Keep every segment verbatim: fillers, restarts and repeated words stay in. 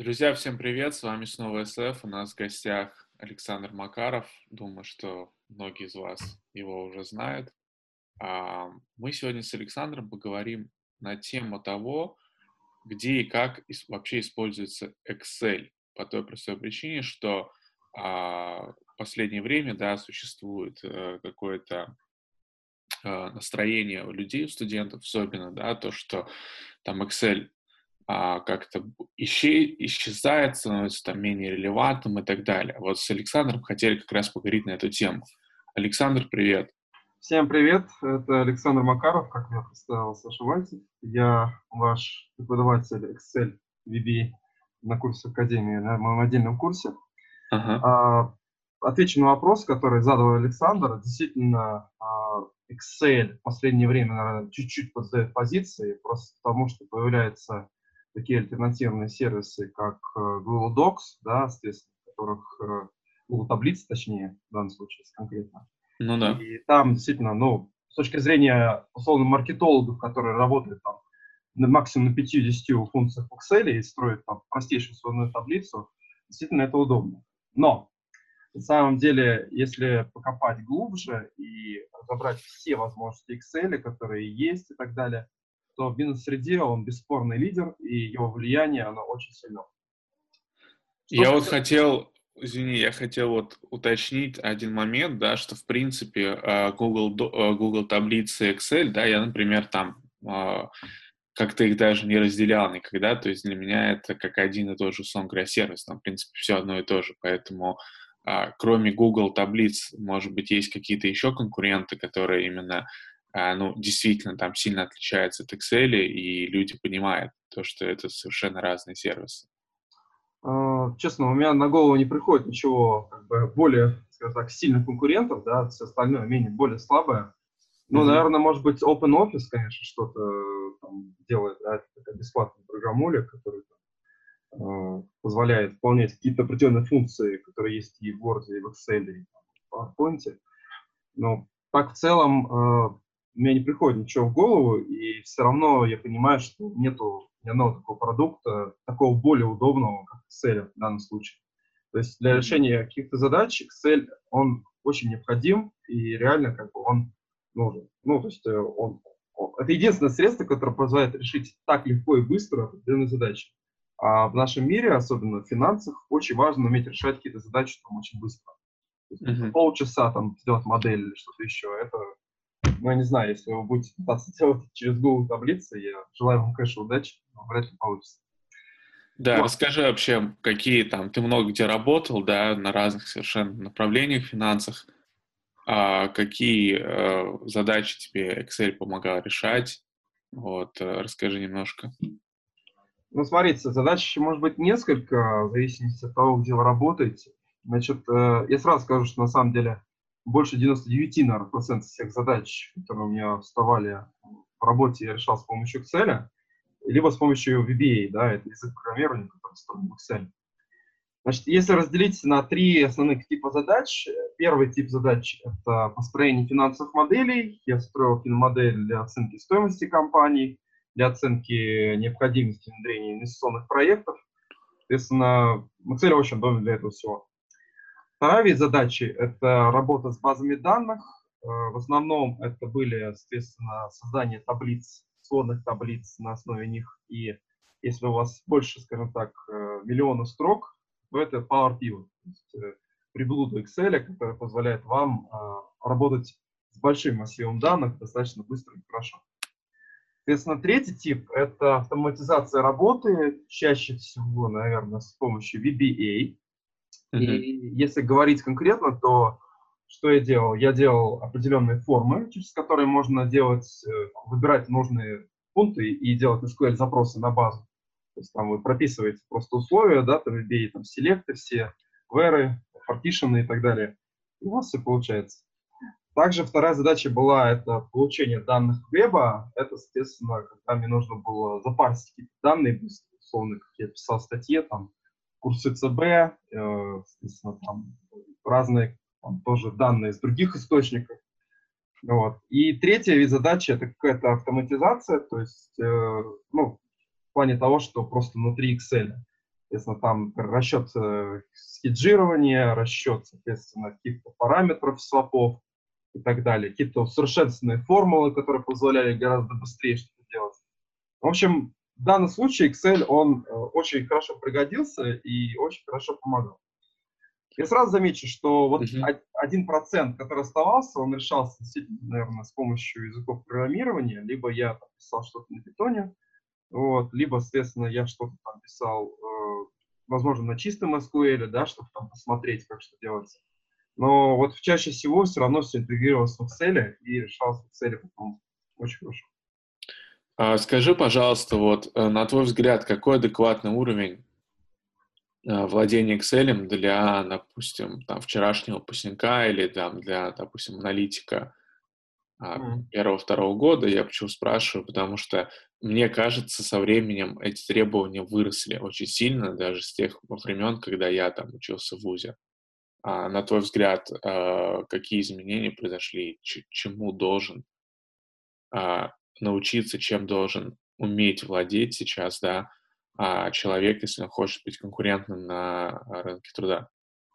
Друзья, всем привет! С вами снова эс эф. У нас в гостях Александр Макаров. Думаю, что многие из вас его уже знают. А, Мы сегодня с Александром поговорим на тему того, где и как ис- вообще используется Excel. По той простой причине, что а, в последнее время, да, существует э, какое-то э, настроение у людей, у студентов особенно, да, то, что там Excel а, как-то б- ище- исчезает, становится там менее релевантным и так далее. Вот с Александром хотели как раз поговорить на эту тему. Александр, привет. Всем привет, это Александр Макаров, как я представился, ошибаетесь. Я ваш преподаватель Excel ви би эй на курсе Академии, на моем отдельном курсе. Ага. А, Отвечу на вопрос, который задал Александр. Действительно, а, Excel в последнее время, наверное, чуть-чуть подсдает позиции, просто потому что появляются такие альтернативные сервисы, как э, Google Docs, да, соответственно, в которых э, Google таблицы, точнее, в данном случае если конкретно. Ну да. И там действительно, ну, с точки зрения, условно, маркетологов, которые работают там на максимум на пятью-десятью функциях в Excel и строят там простейшую сводную таблицу, действительно это удобно. Но на самом деле, если покопать глубже и разобрать все возможности Excel, которые есть и так далее, то в бизнес-среде он бесспорный лидер, и его влияние, оно очень сильно. Что Я же вот касается... хотел, извини, я хотел вот уточнить один момент, да, что в принципе а, Google, до- а, Google таблицы Excel, да, я, например, там а, как-то их даже не разделял никогда, то есть для меня это как один и тот же, условно говоря, сервис, там, в принципе, все одно и то же, поэтому а, кроме Google таблиц, может быть, есть какие-то еще конкуренты, которые именно, а, ну, действительно там сильно отличаются от Excel, и люди понимают то, что это совершенно разные сервисы. А, Честно, у меня на голову не приходит ничего как бы более, скажем так, сильных конкурентов, да, все остальное менее, более слабое. Ну, Мгм. наверное, может быть, OpenOffice, конечно, что-то э, там делает, да, это такая бесплатная программуля, которая там, э, позволяет выполнять какие-то определенные функции, которые есть и в Word, и в Excel, и в PowerPoint. Но так в целом э, мне не приходит ничего в голову, и все равно я понимаю, что нету ни одного такого продукта, такого более удобного, как Excel в данном случае. То есть для Мгм. решения каких-то задач Excel, он очень необходим, и реально как бы он нужен. Ну, то есть э, он, он- это единственное средство, которое позволяет решить так легко и быстро определенные задачи. А в нашем мире, особенно в финансах, очень важно уметь решать какие-то задачи там, очень быстро. То есть там, за Мгм. полчаса там, сделать модель или что-то еще. Это, ну, я не знаю, если вы будете пытаться делать через Google таблицы, я желаю вам, конечно, удачи, но вряд ли получится. Да, Вот. расскажи вообще, какие там, ты много где работал, да, на разных совершенно направлениях, финансах, а какие э, задачи тебе Excel помогал решать? Вот, э, расскажи немножко. Ну, смотрите, задач может быть несколько, в зависимости от того, где вы работаете. Значит, э, я сразу скажу, что на самом деле больше девяносто девять, наверное, процентов всех задач, которые у меня вставали в работе, я решал с помощью Excel, либо с помощью ви би эй, да, это язык программирования, который встроен в Excel. Значит, если разделить на три основных типа задач, э, первый тип задач– это построение финансовых моделей. Я строил финмодель для оценки стоимости компаний, для оценки необходимости внедрения инвестиционных проектов. Соответственно, Excel очень удобен для этого всего. Вторая вид задачи– это работа с базами данных. Э, В основном это были, соответственно, создание таблиц, сводных таблиц на основе них. И если у вас больше, скажем так, э, миллиона строк, то это Power Pivot, то есть э, приблуда Excel, который позволяет вам э, работать с большим массивом данных достаточно быстро и хорошо. Соответственно, третий тип– это автоматизация работы, чаще всего, наверное, с помощью ви би эй. Мгм. И если говорить конкретно, то что я делал? Я делал определенные формы, через которые можно делать, э, выбирать нужные пункты и делать эс ку эль-запросы на базу. То есть там вы прописываете просто условия, да, там ви би эй, там селекты все, вэры, партишены и так далее. И у вас все получается. Также вторая задача была это получение данных веба. Это, соответственно, когда мне нужно было запарсить какие-то данные, условно, как я писал в статье, там, курсы ЦБ, э, соответственно, там разные там, тоже данные из других источников. Вот. И третья вид задачи это какая-то автоматизация, то есть, э, ну, в плане того, что просто внутри Excel. То Соответственно, там расчет э, хеджирования, расчет, соответственно, каких-то параметров свопов и так далее. Какие-то усовершенствованные формулы, которые позволяли гораздо быстрее что-то делать. В общем, в данном случае Excel, он э, очень хорошо пригодился и очень хорошо помогал. Я сразу замечу, что вот Мгм. один процент, который оставался, он решался действительно, наверное, с помощью языков программирования. Либо я там писал что-то на питоне, вот, либо, соответственно, я что-то там писал, э, возможно, на чистом эс ку эль, да, чтобы там посмотреть, как что делается. Но вот чаще всего все равно все интегрировалось в Excel и решалось в Excel потом очень хорошо. А скажи, пожалуйста, вот э, на твой взгляд, какой адекватный уровень э, владения Excel для, допустим, там, вчерашнего выпускника или там, для, допустим, аналитика а, Мгм. первого-второго года? Я почему спрашиваю, потому что мне кажется, со временем эти требования выросли очень сильно, даже с тех времен, когда я там учился в вузе. А на твой взгляд, э, какие изменения произошли, ч- чему должен а, научиться, чем должен уметь владеть сейчас, да, а, человек, если он хочет быть конкурентным на а, рынке труда?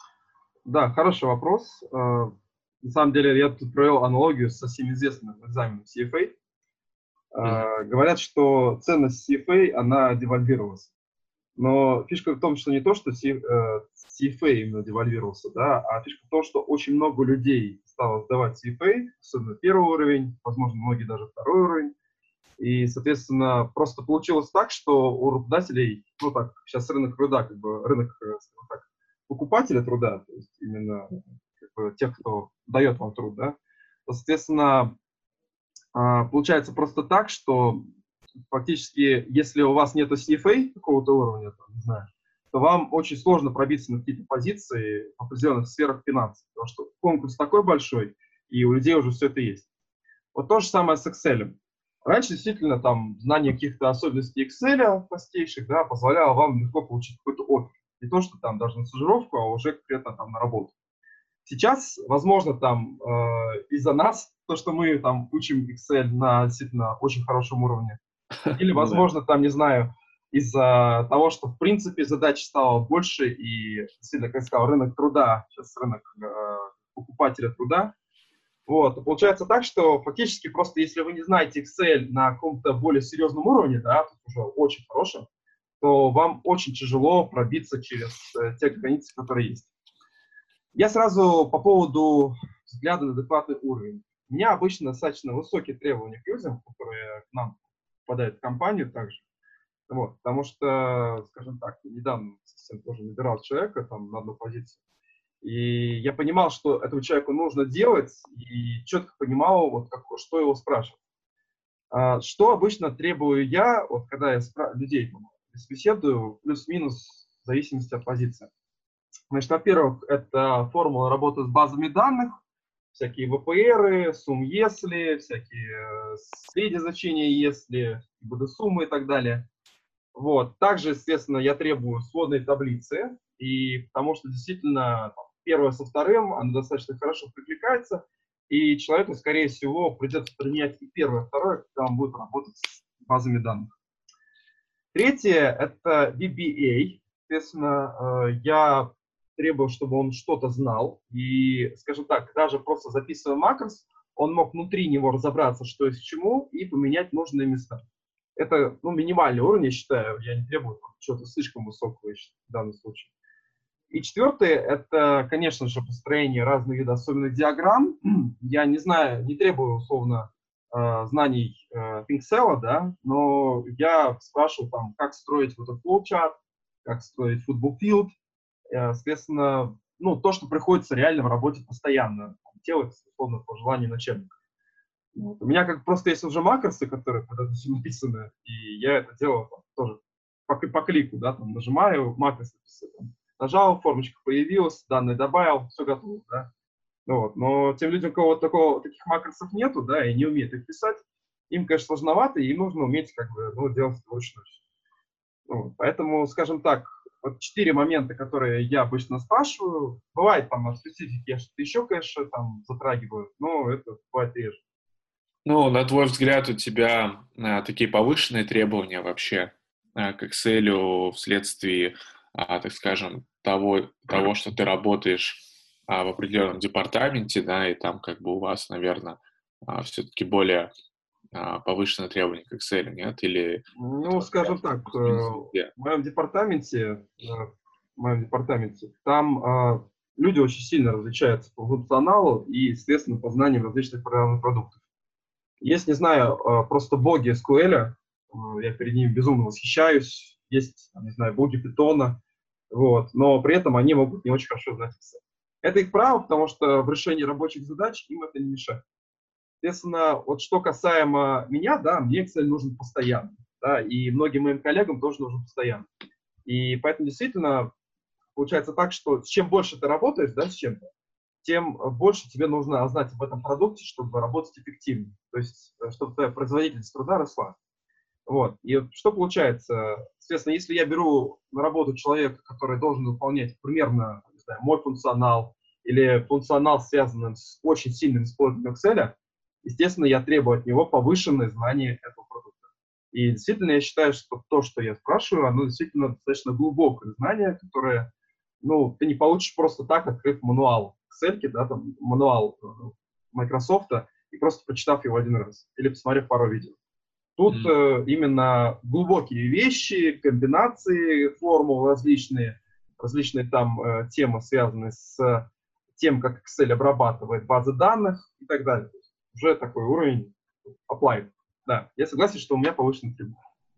Да, хороший вопрос. Э, На самом деле, я тут провел аналогию со всем известным экзаменом си эф эй. Мгм. Э, Говорят, что ценность си эф эй, она девальвировалась. Но фишка в том, что не то, что си эф эй именно девальвировался, да, а фишка в том, что очень много людей стало сдавать си эф эй, особенно первый уровень, возможно, многие даже второй уровень. И, соответственно, просто получилось так, что у работодателей, ну так, сейчас рынок труда, как бы рынок, э, скажем так, покупателя труда, то есть именно как бы, тех, кто дает вам труд, да, то, соответственно, а, получается просто так, что фактически, если у вас нет си эф эй какого-то уровня, там, не знаю, то вам очень сложно пробиться на какие-то позиции в определенных сферах финансов, потому что конкурс такой большой, и у людей уже все это есть. Вот то же самое с Excel. Раньше действительно там знание каких-то особенностей Excel простейших, да, позволяло вам легко получить какой-то оффер. Не то, что там даже на стажировку, а уже конкретно там на работу. Сейчас, возможно, там э, из-за нас, то, что мы там учим Excel на действительно очень хорошем уровне, или, Ну да. возможно, там, не знаю, из-за того, что, в принципе, задач стало больше, и, действительно, как я сказал, рынок труда, сейчас рынок э, покупателя труда, вот, получается так, что фактически просто если вы не знаете Excel на каком-то более серьезном уровне, да, тут уже очень хорошем, то вам очень тяжело пробиться через э, те границы, которые есть. Я сразу по поводу взгляда на адекватный уровень. У меня обычно достаточно высокие требования к людям, которые к нам попадают в компанию также. Вот, потому что, скажем так, недавно совсем тоже набирал человека там на одну позицию. И я понимал, что этому человеку нужно делать, и четко понимал, вот как, что его спрашивать. А, что обычно требую я, вот когда я спра- людей собеседую, плюс-минус в зависимости от позиции. Значит, во-первых, это формула работы с базами данных, всякие вэ пэ эры, сумм если, всякие э, средние значения если, бэ дэ суммы и так далее. Вот. Также, естественно, я требую сводной таблицы, и потому что действительно там, первое со вторым, оно достаточно хорошо прикликается, и человеку, скорее всего, придется применять и первое, и второе, когда он будет работать с базами данных. Третье – это ви би эй. Соответственно, э, я требую, чтобы он что-то знал, и, скажем так, даже просто записывая макрос, он мог внутри него разобраться, что есть к чему, и поменять нужные места. Это, ну, минимальный уровень, я считаю. Я не требую там, чего-то слишком высокого в данном случае. И четвертое, это, конечно же, построение разных видов особенных диаграмм. Я не знаю, не требую, условно, э, знаний э, ThinkCell, да, но я спрашивал там, как строить вот этот flowchart, как строить football field. Э, соответственно, ну, то, что приходится реально в работе постоянно делать, условно, по желанию начальника. Вот. У меня как просто есть уже макросы, которые под это все написаны, и я это делаю там, тоже по, по клику, да, там нажимаю, макросы там, нажал, формочка появилась, данные добавил, все готово, да. Ну, вот. Но тем людям, у кого такого, таких макросов нету, да, и не умеют их писать, им, конечно, сложновато, и им нужно уметь как бы, ну, делать это вручную. Ну, вот. Поэтому, скажем так, вот четыре момента, которые я обычно спрашиваю, бывает там от специфики я что-то еще, конечно, там затрагиваю, но это бывает реже. Ну, на твой взгляд, у тебя а, такие повышенные требования вообще а, к Excel вследствие а, так скажем, того, того, что ты работаешь а, в определенном департаменте, да, и там как бы у вас, наверное, все-таки более а, повышенные требования к Excel, нет? Или это Ну, вот скажем прям так, э, плюс-минус в везде? моем департаменте, э, в моем департаменте, там э, люди очень сильно различаются по функционалу и, естественно, по знаниям различных программных продуктов. Есть, не знаю, э, просто боги эс ку эль, э, я перед ними безумно восхищаюсь, есть, не знаю, боги питона, вот, но при этом они могут не очень хорошо знать Excel. Это их право, потому что в решении рабочих задач им это не мешает. Соответственно, вот что касаемо меня, да, мне Excel нужен постоянно, да, и многим моим коллегам тоже нужен постоянно. И поэтому действительно получается так, что чем больше ты работаешь, да, с чем-то, тем больше тебе нужно знать об этом продукте, чтобы работать эффективнее. То есть, э, чтобы твоя производительность труда росла. Вот. И вот что получается? Соответственно, если я беру на работу человека, который должен выполнять примерно, не знаю, мой функционал или функционал, связанный с очень сильным использованием Excel, естественно, я требую от него повышенное знание этого продукта. И действительно, я считаю, что то, что я спрашиваю, оно действительно достаточно глубокое знание, которое, ну, ты не получишь просто так, открыв мануал Excel, да, там, мануал э, Microsoft, и просто прочитав его один раз или посмотрев пару видео. Тут М. э, именно глубокие вещи, комбинации формул различные, различные там э, темы, связанные с тем, как Excel обрабатывает базы данных и так далее. То есть уже такой уровень applied. Да, я согласен, что у меня повышенный требования.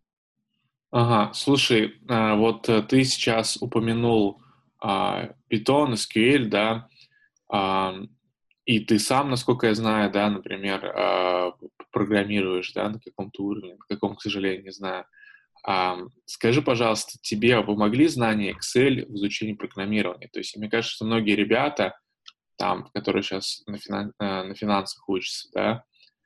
Ага, слушай, а, вот э, ты сейчас упомянул а, Python, эс кью эль, да, ам, и ты сам, насколько я знаю, да, например, а, программируешь, да, на каком-то уровне, на каком, к сожалению, не знаю. Ам, скажи, пожалуйста, тебе помогли знания Excel в изучении программирования? То есть мне кажется, что многие ребята, там, которые сейчас на, финан- э, на финансах учатся, да,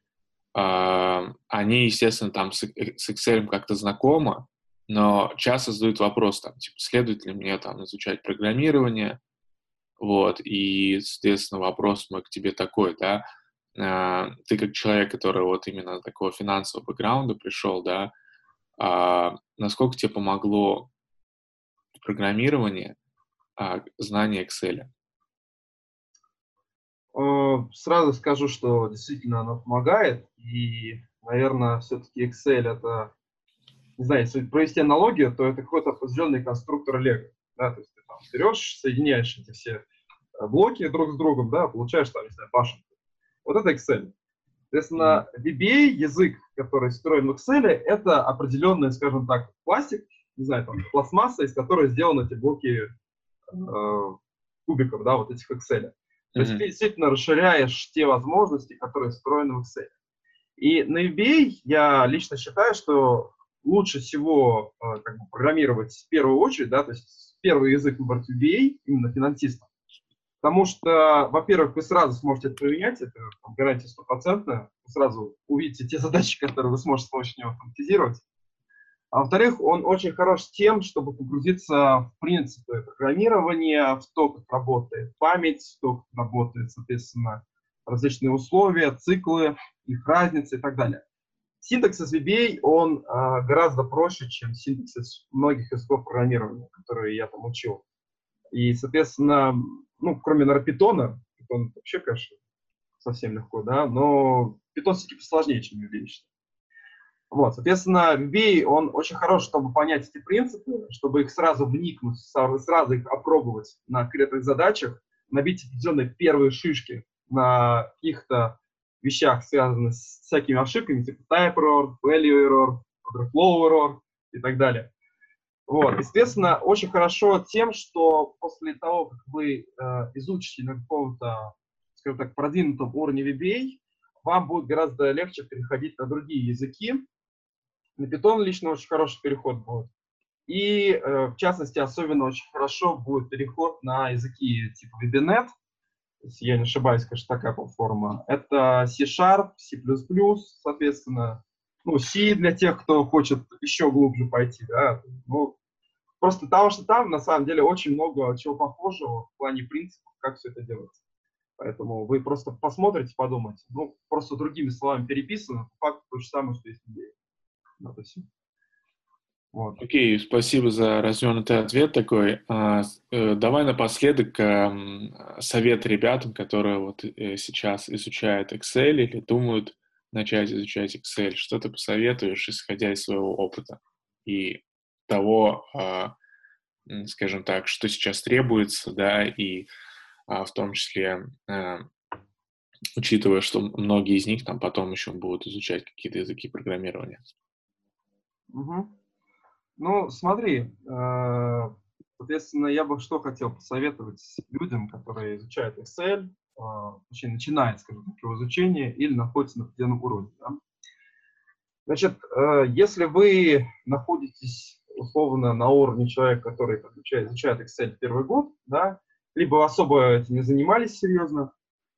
а, они, естественно, там с, э, с Excel как-то знакомы, но часто задают вопрос, там, типа, следует ли мне там изучать программирование, вот, и, соответственно, вопрос мой к тебе такой, да, а, ты как человек, который вот именно такого финансового бэкграунда пришел, да, а, насколько тебе помогло в программировании а, знание Excel? Э, Сразу скажу, что действительно оно помогает, и, наверное, все-таки Excel это, не знаю, если провести аналогию, то это какой-то определенный конструктор Lego. Да, то есть ты там берешь, соединяешь эти все э, блоки друг с другом, да, получаешь там, не знаю, башенку. Вот это Excel. Мгм. Соответственно, ви би эй, язык, который встроен в Excel, это определенный, скажем так, пластик, не знаю, там, пластмасса, из которой сделаны эти блоки э, кубиков, да, вот этих Excel. То есть ты Мгм. действительно расширяешь те возможности, которые встроены в Excel. И на ви би эй я лично считаю, что лучше всего э, как бы программировать в первую очередь, да, то есть первый язык выбрать ви би эй, именно финансистов. Потому что, во-первых, вы сразу сможете это применять, это там, гарантия стопроцентная, вы сразу увидите те задачи, которые вы сможете с помощью него автоматизировать. А во-вторых, он очень хорош тем, чтобы погрузиться в принципы программирования, в то, как работает память, в то, как работают, соответственно, различные условия, циклы, их разницы и так далее. Синтаксис ви би эй, он а, гораздо проще, чем синтаксис многих языков программирования, которые я там учил. И, соответственно, ну, кроме, наверное, питона, питон вообще, конечно, совсем легко, да, но питон все-таки посложнее, чем ви би эй. Вот, соответственно, ви би эй, он очень хорош, чтобы понять эти принципы, чтобы их сразу вникнуть, сразу их опробовать на конкретных задачах, набить определенные первые шишки на каких-то вещах, связанных с всякими ошибками, типа type error, value error, overflow error и так далее. Вот, естественно, очень хорошо тем, что после того, как вы э, изучите на каком-то, скажем так, продвинутом уровне ви би эй, вам будет гораздо легче переходить на другие языки. На Python лично очень хороший переход будет. И, э, в частности, особенно очень хорошо будет переход на языки типа VBNet, если я не ошибаюсь, конечно, такая платформа. Это C-Sharp, C++, соответственно, ну, C для тех, кто хочет еще глубже пойти, да. Ну, просто потому что там, на самом деле, очень много чего похожего в плане принципов, как все это делается. Поэтому вы просто посмотрите, подумайте. Ну, просто другими словами переписано, по факту то же самое, что есть в идее. Вот и все. Вот. Окей, спасибо за развернутый ответ такой. А, с- э, давай напоследок ам, совет ребятам, которые вот э, сейчас изучают Excel или думают начать изучать Excel. Что ты посоветуешь, исходя из своего опыта и того, а, м, скажем так, что сейчас требуется, да, и а, в том числе а, учитывая, что многие из них там потом еще будут изучать какие-то языки программирования. Мгм. Ну, смотри, э, соответственно, я бы что хотел посоветовать людям, которые изучают Excel, э, точнее, начинают, скажем так, его изучение или находятся на определенном уровне. Да? Значит, э, если вы находитесь условно на уровне человека, который там, изучает, изучает Excel первый год, да, либо особо этим не занимались серьезно,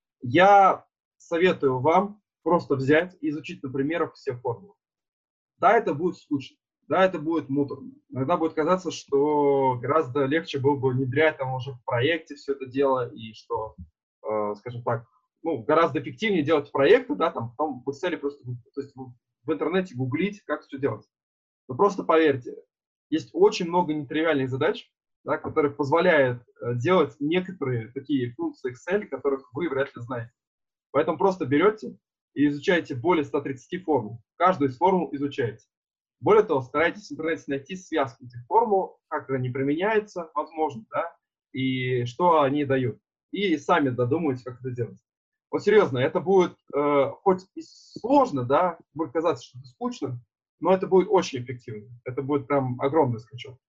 я советую вам просто взять и изучить на примерах все формулы. Да, это будет скучно, да, это будет муторно. Иногда будет казаться, что гораздо легче было бы внедрять там уже в проекте все это дело, и что, э, скажем так, ну, гораздо эффективнее делать проекты, да, там, потом в Excel просто, то есть в, в интернете гуглить, как все делать. Но просто поверьте, есть очень много нетривиальных задач, да, которые позволяют э, делать некоторые такие функции Excel, которых вы вряд ли знаете. Поэтому просто берете и изучаете более ста тридцати формул. Каждую из формул изучаете. Более того, старайтесь в интернете найти связку этих формул, как они применяются, возможно, да, и что они дают. И сами додумывайте, как это делать. Вот серьезно, это будет э, хоть и сложно, да, будет казаться, что это скучно, но это будет очень эффективно. Это будет прям огромный скачок.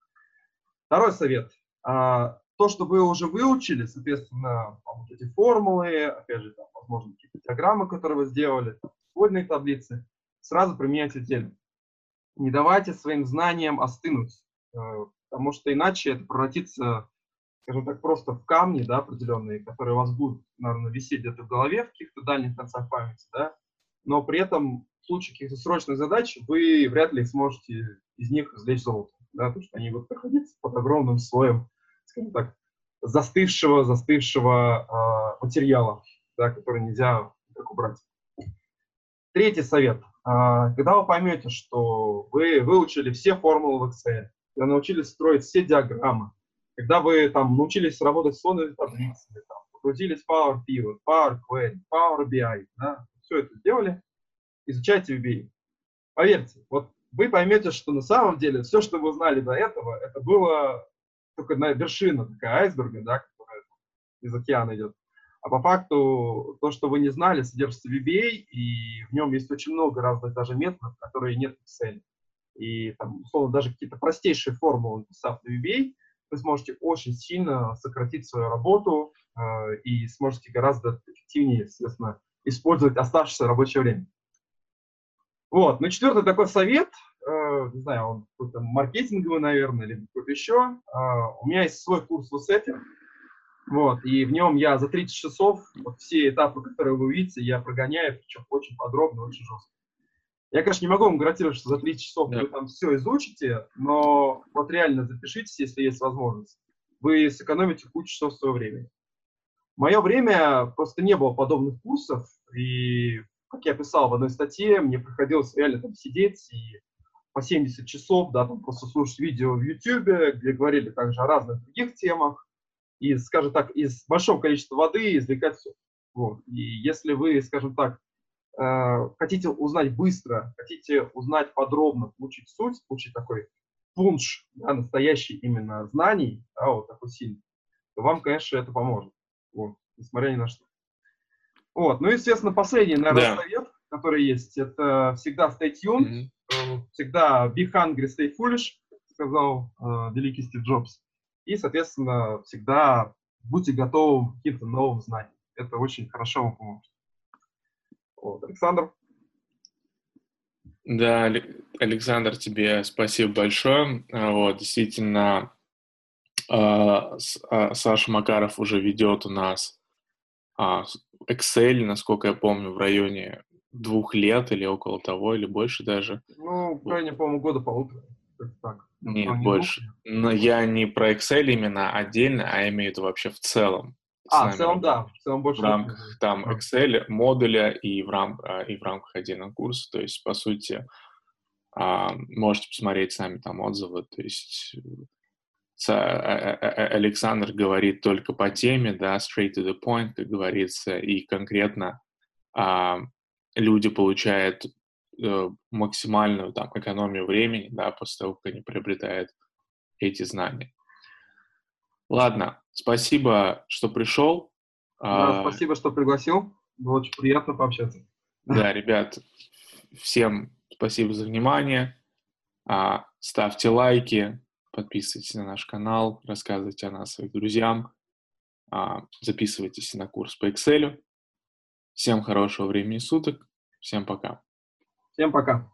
Второй совет. А, то, что вы уже выучили, соответственно, вот эти формулы, опять же, там, возможно, какие-то диаграммы, которые вы сделали, там, исходные таблицы, сразу применяйте отдельно. Не давайте своим знаниям остынуть, э, потому что иначе это превратится, скажем так, просто в камни, да, определенные, которые у вас будут, наверное, висеть где-то в голове в каких-то дальних концах памяти, да, но при этом в случае каких-то срочных задач вы вряд ли сможете из них извлечь золото, да, потому что они будут находиться под огромным слоем, скажем так, застывшего, застывшего э, материала, да, который нельзя так убрать. Третий совет. А, когда вы поймете, что вы выучили все формулы в Excel, когда научились строить все диаграммы, когда вы там научились работать с исходными таблицами, там, погрузились в Power Pivot, Power Query, Power би ай, да, все это сделали, изучайте ви би эй. Поверьте, вот вы поймете, что на самом деле все, что вы знали до этого, это было только на вершина такая айсберга, да, которая из океана идет. А по факту то, что вы не знали, содержится в ви би эй, и в нем есть очень много разных даже методов, которые нет в Excel. И там, условно, даже какие-то простейшие формулы, написав на ви би эй, вы сможете очень сильно сократить свою работу э, и сможете гораздо эффективнее, естественно, использовать оставшееся рабочее время. Вот. Ну, четвертый такой совет, э, не знаю, он какой-то маркетинговый, наверное, или какой-то еще. Э, у меня есть свой курс в Усете, вот, и в нем я за тридцать часов вот все этапы, которые вы увидите, я прогоняю, причем очень подробно, очень жестко. Я, конечно, не могу вам гарантировать, что за тридцать часов Да. вы там все изучите, но вот реально запишитесь, если есть возможность. Вы сэкономите кучу часов своего времени. В мое время просто не было подобных курсов, и, как я писал в одной статье, мне приходилось реально там сидеть и по семьдесят часов, да, там просто слушать видео в YouTube, где говорили также о разных других темах, и, скажем так, из большого количества воды извлекать все. Вот. И если вы, скажем так, э, хотите узнать быстро, хотите узнать подробно, получить суть, получить такой пунш, да, настоящий именно знаний, да, вот такой сильный, то вам, конечно, это поможет. Вот, несмотря ни на что. Вот. Ну, естественно, последний, наверное, Да. совет, который есть, это всегда stay tuned, Мгм. э, всегда be hungry, stay foolish, сказал э, великий Стив Джобс. И, соответственно, всегда будьте готовы к каким-то новым знаниям. Это очень хорошо вам поможет. Вот. Александр? Да, Али- Александр, тебе спасибо большое. А, Вот, действительно, а, С- а, Саша Макаров уже ведет у нас а, с- Excel, насколько я помню, в районе двух лет или около того, или больше даже. Ну, в Вот. районе, по-моему, года полутора. Как-то так. Ну, Нет, не двух больше. лет. Но я не про Excel именно отдельно, а имею в виду вообще в целом с А, в нами целом, да. работать. В целом В больше двух лет. рамках там Да. Excel, модуля и в, рам- а, и в рамках отдельного курса. То есть, по сути, А, можете посмотреть сами там отзывы. То есть ца- а- а- а- Александр говорит только по теме, да, straight to the point, как говорится, и конкретно а, люди получают э, максимальную там экономию времени, да, после того, как они приобретают эти знания. Ладно, спасибо, что пришел. Да, А, спасибо, что пригласил. Было очень приятно пообщаться. да, ребят, всем спасибо за внимание. А, ставьте лайки, подписывайтесь на наш канал, рассказывайте о нас своим друзьям, а, записывайтесь на курс по Excel. Всем хорошего времени суток, всем пока. Всем пока.